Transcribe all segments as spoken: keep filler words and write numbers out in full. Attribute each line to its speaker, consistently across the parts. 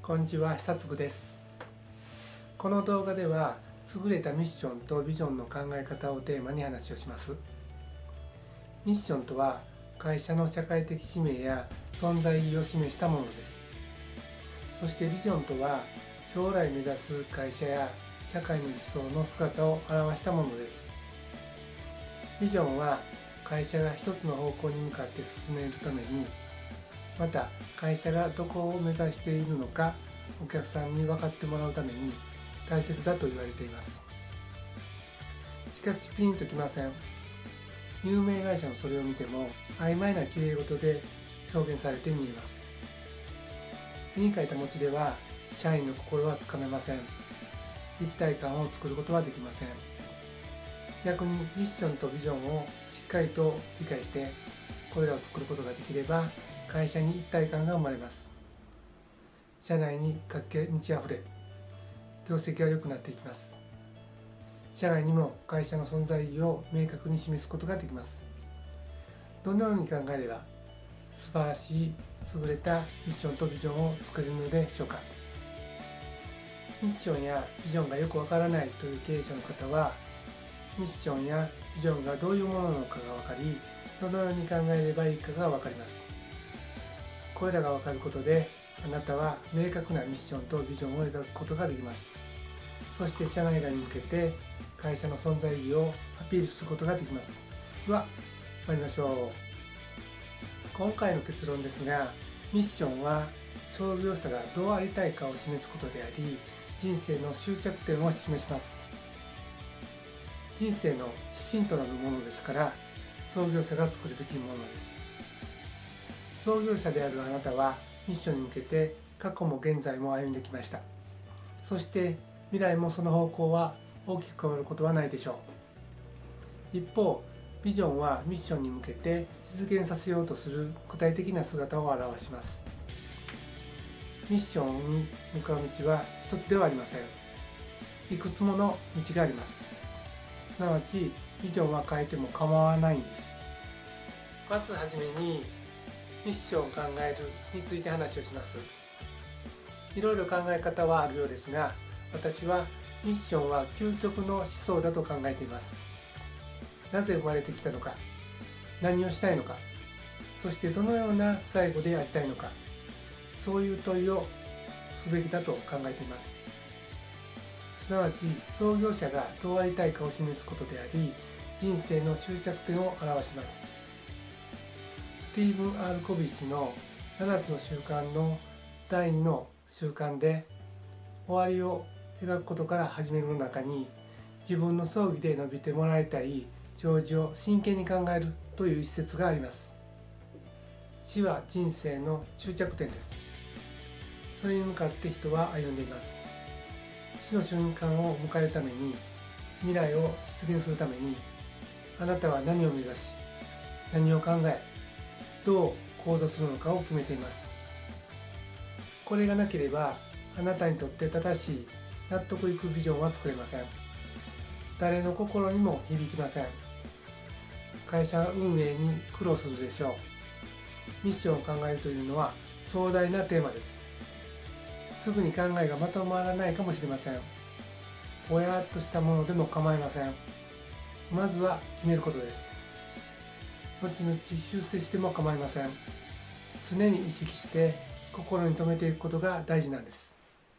Speaker 1: こんにちは、久嗣です。この動画では優れたミッションとビジョンの考え方をテーマに話をします。ミッションとは会社の社会的使命や存在意義を示したものです。そしてビジョンとは将来目指す会社や社会の理想の姿を表したものです。ビジョンは会社が一つの方向に向かって進めるために、また会社がどこを目指しているのかお客さんに分かってもらうために大切だと言われています。しかしピンときません。有名会社のそれを見ても曖昧なきれい事で表現されて見えます。絵に描いた餅では社員の心はつかめません。一体感を作ることはできません。逆にミッションとビジョンをしっかりと理解してこれらを作ることができれば会社に一体感が生まれます。社内に活気満ち溢れ、業績が良くなっていきます。社外にも会社の存在意義を明確に示すことができます。どのように考えれば素晴らしい優れたミッションとビジョンを作れるのでしょうか。ミッションやビジョンがよくわからないという経営者の方は、ミッションやビジョンがどういうものなのかが分かり、どのように考えればいいかが分かります。これらが分かることで、あなたは明確なミッションとビジョンを描くことができます。そして社内外に向けて会社の存在意義をアピールすることができます。では、参りましょう。今回の結論ですが、ミッションは創業者がどうありたいかを示すことであり、人生の終着点を示します。人生の指針となるものですから、創業者が作るべきものです。創業者であるあなたはミッションに向けて過去も現在も歩んできました。そして未来もその方向は大きく変わることはないでしょう。一方、ビジョンはミッションに向けて実現させようとする具体的な姿を表します。ミッションに向かう道は一つではありません。いくつもの道があります。すなわちビジョンは変えても構わないんです。まずはじめにミッションを考えるについて話をします。いろいろ考え方はあるようですが、私はミッションは究極の思想だと考えています。なぜ生まれてきたのか、何をしたいのか、そしてどのような最後でありたいのか、そういう問いをすべきだと考えています。すなわち創業者がどうありたいかを示すことであり、人生の終着点を表します。スティーブン・アール・コビー氏のななつの習慣のだいにの習慣で、終わりを描くことから始めるの中に、自分の葬儀で述べてもらいたい弔辞を真剣に考えるという一節があります。死は人生の終着点です。それに向かって人は歩んでいます。死の瞬間を迎えるために、未来を実現するために、あなたは何を目指し、何を考え、どう行動するのかを決めています。これがなければ、あなたにとって正しい納得いくビジョンは作れません。誰の心にも響きません。会社運営に苦労するでしょう。ミッションを考えるというのは壮大なテーマです。すぐに考えがまとまらないかもしれません。ぼやっとしたものでも構いません。まずは決めることです。後々修正しても構いません。常に意識して心に留めていくことが大事なんです。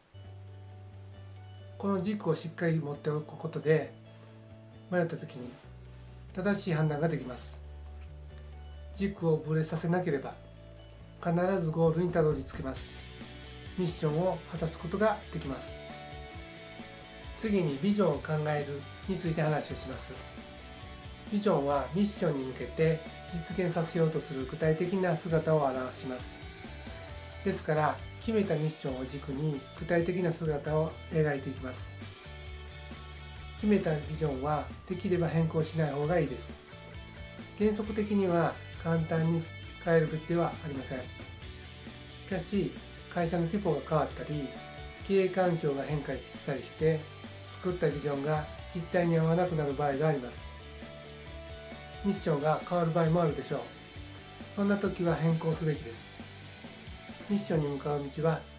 Speaker 1: この軸をしっかり持っておくことで、迷った時に正しい判断ができます。軸をぶれさせなければ必ずゴールにたどり着けます。ミッションを果たすことができます。次にビジョンを考えるについて話をします。ビジョンはミッションに向けて実現させようとする具体的な姿を表します。ですから決めたミッションを軸に具体的な姿を描いていきます。決めたビジョンはできれば変更しない方がいいです。原則的には簡単に変えるべきではありません。しかし会社の規模が変わったり経営環境が変化したりして作ったビジョンが実態に合わなくなる場合があります。ミッションが変わる場合もあるでしょう。そんな時は変更すべきです。ミッションに向かう道は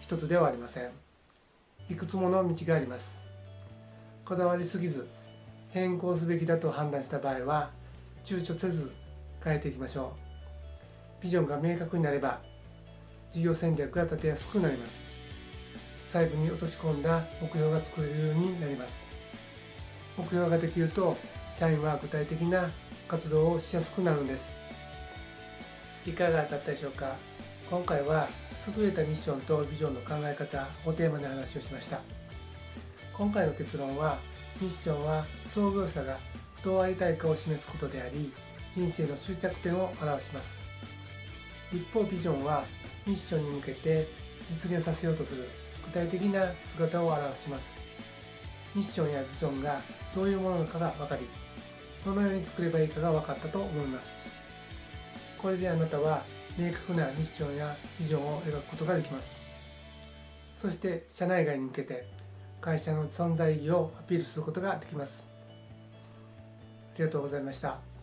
Speaker 1: 一つではありません。いくつもの道があります。こだわりすぎず変更すべきだと判断した場合は躊躇せず変えていきましょう。ビジョンが明確になれば事業戦略が立てやすくなります。細部に落とし込んだ目標が作れるようになります。目標ができると社員は具体的な活動をしやすくなるんです。いかがだったでしょうか。今回は優れたミッションとビジョンの考え方をテーマで話をしました。今回の結論は、ミッションは創業者がどうありたいかを示すことであり、人生の終着点を表します。一方ビジョンはミッションに向けて実現させようとする具体的な姿を表します。ミッションやビジョンがどういうものなのかが分かり、どのように作ればいいかが分かったと思います。これであなたは明確なミッションやビジョンを描くことができます。そして社内外に向けて会社の存在意義をアピールすることができます。ありがとうございました。